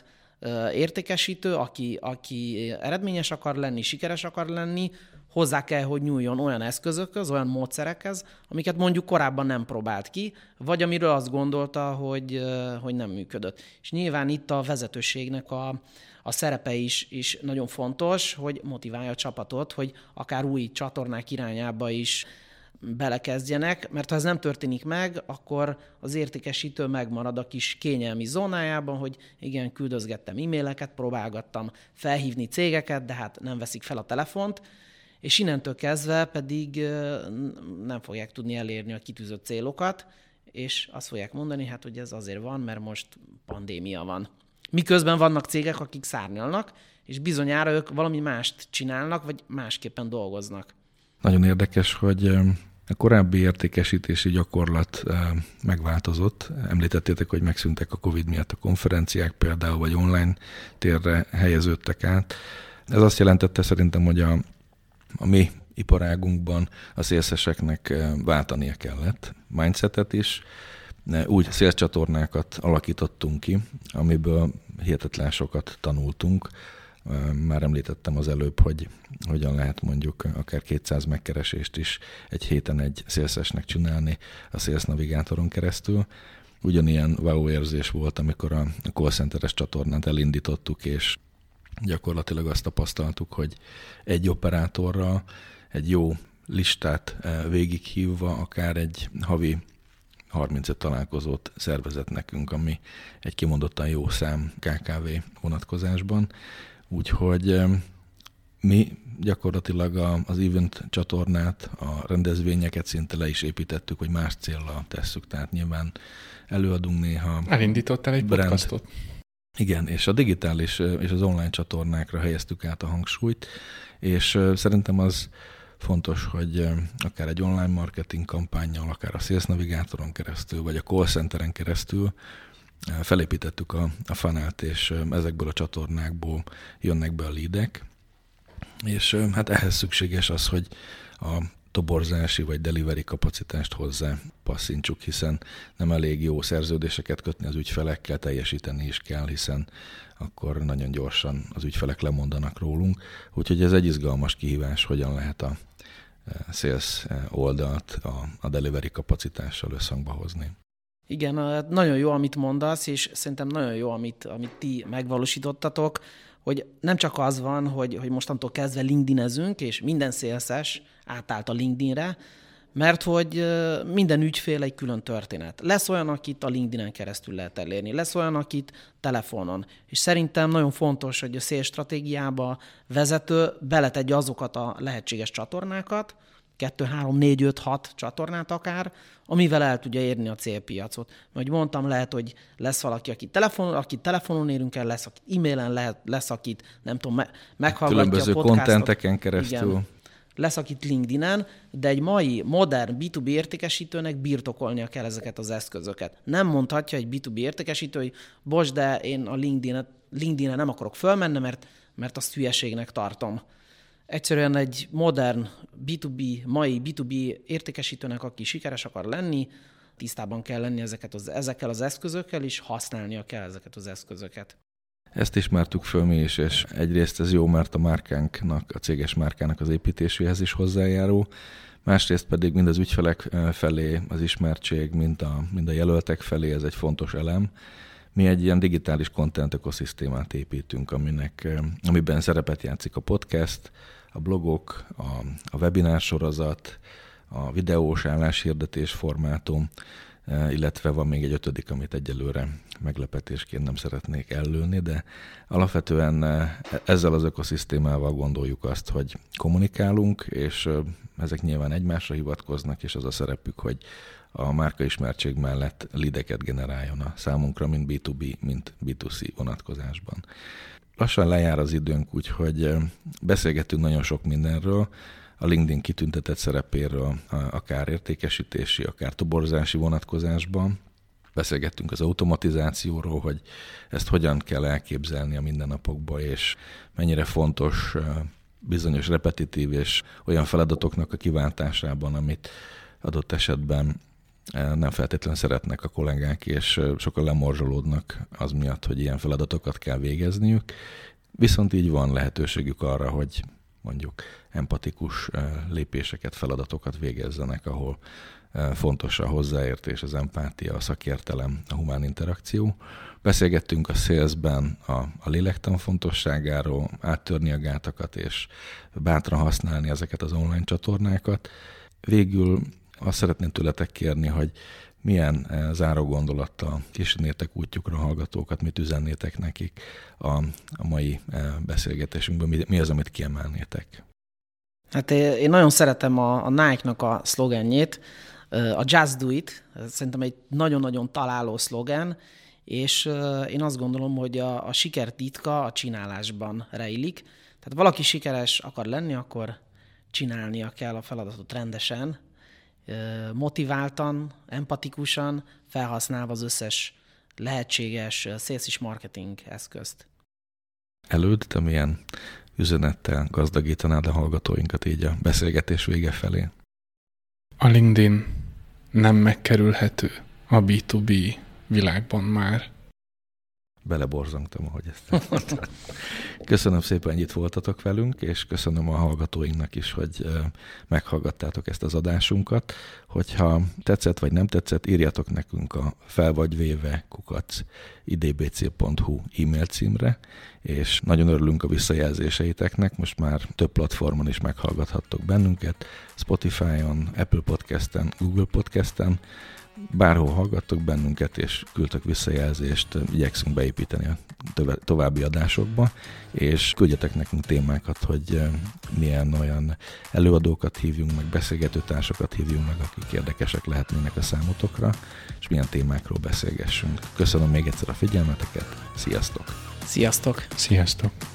értékesítő, aki eredményes akar lenni, sikeres akar lenni, hozzá kell, hogy nyúljon olyan eszközökhöz, olyan módszerekhez, amiket mondjuk korábban nem próbált ki, vagy amiről azt gondolta, hogy nem működött. És nyilván itt a vezetőségnek a szerepe is nagyon fontos, hogy motiválja a csapatot, hogy akár új csatornák irányába is belekezdjenek, mert ha ez nem történik meg, akkor az értékesítő megmarad a kis kényelmi zónájában, hogy igen, küldözgettem e-maileket, próbálgattam felhívni cégeket, de hát nem veszik fel a telefont, és innentől kezdve pedig nem fogják tudni elérni a kitűzött célokat, és azt fogják mondani, hát, hogy ez azért van, mert most pandémia van. Miközben vannak cégek, akik szárnyalnak, és bizonyára ők valami mást csinálnak, vagy másképpen dolgoznak. Nagyon érdekes, hogy a korábbi értékesítési gyakorlat megváltozott. Említettétek, hogy megszűntek a Covid miatt a konferenciák például, vagy online térre helyeződtek át. Ez azt jelentette szerintem, hogy a mi iparágunkban a szélszeseknek váltania kellett mindsetet is. Úgy szélcsatornákat alakítottunk ki, amiből hihetetlen sokat tanultunk. Már említettem az előbb, hogy hogyan lehet mondjuk akár 200 megkeresést is egy héten egy szélszesnek csinálni a Sales Navigátoron keresztül. Ugyanilyen wow érzés volt, amikor a call centeres csatornát elindítottuk, és gyakorlatilag azt tapasztaltuk, hogy egy operátorral egy jó listát végighívva akár egy havi 35 találkozót szervezett nekünk, ami egy kimondottan jó szám KKV vonatkozásban. Úgyhogy mi gyakorlatilag az event csatornát, a rendezvényeket szinte le is építettük, hogy más céllal tesszük. Tehát nyilván előadunk néha... Elindítottál egy podcastot. Igen, és a digitális és az online csatornákra helyeztük át a hangsúlyt, és szerintem az fontos, hogy akár egy online marketing kampánnyal, akár a Sales Navigátoron keresztül, vagy a call centeren keresztül felépítettük a funnelt, és ezekből a csatornákból jönnek be a leadek, és hát ehhez szükséges az, hogy a toborzási vagy delivery kapacitást hozzá passzintsuk, hiszen nem elég jó szerződéseket kötni az ügyfelekkel, teljesíteni is kell, hiszen akkor nagyon gyorsan az ügyfelek lemondanak rólunk. Úgyhogy ez egy izgalmas kihívás, hogyan lehet a sales oldalt a delivery kapacitással összhangba hozni. Igen, nagyon jó, amit mondasz, és szerintem nagyon jó, amit ti megvalósítottatok, hogy nem csak az van, hogy mostantól kezdve LinkedInezünk, és minden szélszes átállt a LinkedInre, mert hogy minden ügyfél egy külön történet. Lesz olyan, akit a LinkedInen keresztül lehet elérni, lesz olyan, akit telefonon. És szerintem nagyon fontos, hogy a sales stratégiába vezető beletegye azokat a lehetséges csatornákat, 2, 3, 4, 5, 6 csatornát akár, amivel el tudja érni a célpiacot. Mert mondtam, lehet, hogy lesz valaki, akit telefonon érünk el, lesz, akit e-mailen, lesz, akit nem tudom, meghallgatja különböző a podcastot. kontenteken keresztül. Igen. Lesz, akit LinkedInen, de egy mai modern B2B értékesítőnek birtokolnia kell ezeket az eszközöket. Nem mondhatja egy B2B értékesítő, hogy bocs, de én a LinkedInen nem akarok fölmenni, mert azt hülyeségnek tartom. Egyszerűen egy modern mai B2B értékesítőnek, aki sikeres akar lenni, tisztában kell lenni ezekkel az eszközökkel, és használnia kell ezeket az eszközöket. Ezt ismertük föl mi is, és egyrészt ez jó, mert a márkánknak, a céges márkának az építéséhez is hozzájárul, másrészt pedig mind az ügyfelek felé az ismertség, mind a jelöltek felé ez egy fontos elem. Mi egy ilyen digitális content ökoszisztémát építünk, amiben szerepet játszik a podcast, a blogok, a webinár sorozat, a videós álláshirdetés formátum, illetve van még egy 5., amit egyelőre meglepetésként nem szeretnék ellőni, de alapvetően ezzel az ökoszisztémával gondoljuk azt, hogy kommunikálunk, és ezek nyilván egymásra hivatkoznak, és az a szerepük, hogy a márkaismertség mellett leadeket generáljon a számunkra, mind B2B, mind B2C vonatkozásban. Lassan lejár az időnk, úgyhogy beszélgetünk nagyon sok mindenről, a LinkedIn kitüntetett szerepéről, akár értékesítési, akár toborzási vonatkozásban. Beszélgettünk az automatizációról, hogy ezt hogyan kell elképzelni a mindennapokban, és mennyire fontos bizonyos repetitív és olyan feladatoknak a kiváltásában, amit adott esetben nem feltétlenül szeretnek a kollégák, és sokan lemorzsolódnak az miatt, hogy ilyen feladatokat kell végezniük. Viszont így van lehetőségük arra, hogy mondjuk empatikus lépéseket, feladatokat végezzenek, ahol fontos a hozzáértés, az empátia, a szakértelem, a humán interakció. Beszélgettünk a salesben a lélektan fontosságáról, áttörni a gátakat és bátran használni ezeket az online csatornákat. Végül azt szeretném tőletek kérni, hogy milyen záró gondolattal kísérnétek útjukra a hallgatókat, mit üzennétek nekik a mai beszélgetésünkből, mi az, amit kiemelnétek? Hát én nagyon szeretem a Nike-nak a szlogenjét, a Just Do It, szerintem egy nagyon-nagyon találó szlogen, és én azt gondolom, hogy a siker titka a csinálásban rejlik. Tehát valaki sikeres akar lenni, akkor csinálnia kell a feladatot rendesen, motiváltan, empatikusan, felhasználva az összes lehetséges sales és marketing eszközt. Előd, te milyen üzenettel gazdagítanád a hallgatóinkat így a beszélgetés vége felé? A LinkedIn nem megkerülhető a B2B világban már. Beleborzongtam, ahogy ezt mondtad. Köszönöm szépen, hogy itt voltatok velünk, és köszönöm a hallgatóinknak is, hogy meghallgattátok ezt az adásunkat. Hogyha tetszett vagy nem tetszett, írjatok nekünk a felvagyvéve@idbc.hu e-mail címre, és nagyon örülünk a visszajelzéseiteknek. Most már több platformon is meghallgathattok bennünket, Spotify-on, Apple Podcasten, Google Podcasten, bárhol hallgattok bennünket, és küldtök visszajelzést, igyekszünk beépíteni a további adásokba, és küldjetek nekünk témákat, hogy milyen olyan előadókat hívjunk meg, beszélgetőtársakat hívjunk meg, akik érdekesek lehetnének a számotokra, és milyen témákról beszélgessünk. Köszönöm még egyszer a figyelmeteket, sziasztok! Sziasztok! Sziasztok!